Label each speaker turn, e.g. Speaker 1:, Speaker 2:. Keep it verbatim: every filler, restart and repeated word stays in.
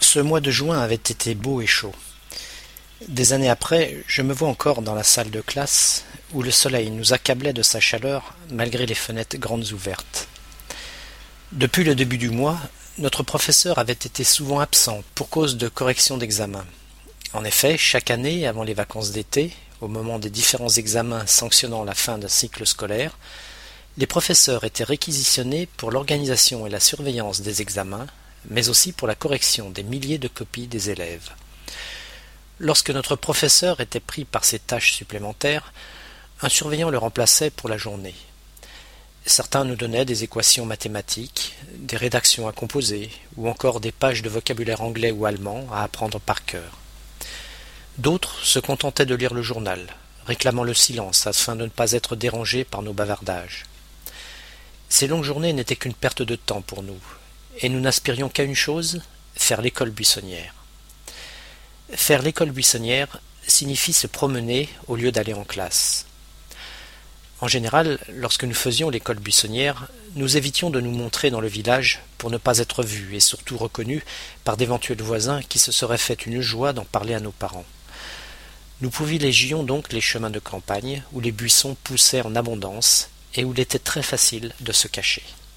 Speaker 1: Ce mois de juin avait été beau et chaud. Des années après, je me vois encore dans la salle de classe où le soleil nous accablait de sa chaleur malgré les fenêtres grandes ouvertes. Depuis le début du mois, notre professeur avait été souvent absent pour cause de correction d'examen. En effet, chaque année, avant les vacances d'été, au moment des différents examens sanctionnant la fin d'un cycle scolaire, les professeurs étaient réquisitionnés pour l'organisation et la surveillance des examens, mais aussi pour la correction des milliers de copies des élèves. Lorsque notre professeur était pris par ces tâches supplémentaires, un surveillant le remplaçait pour la journée. Certains nous donnaient des équations mathématiques, des rédactions à composer, ou encore des pages de vocabulaire anglais ou allemand à apprendre par cœur. D'autres se contentaient de lire le journal, réclamant le silence afin de ne pas être dérangés par nos bavardages. Ces longues journées n'étaient qu'une perte de temps pour nous, et nous n'aspirions qu'à une chose, faire l'école buissonnière. Faire l'école buissonnière signifie se promener au lieu d'aller en classe. En général, lorsque nous faisions l'école buissonnière, nous évitions de nous montrer dans le village pour ne pas être vus et surtout reconnus par d'éventuels voisins qui se seraient fait une joie d'en parler à nos parents. Nous privilégions donc les chemins de campagne où les buissons poussaient en abondance et où il était très facile de se cacher.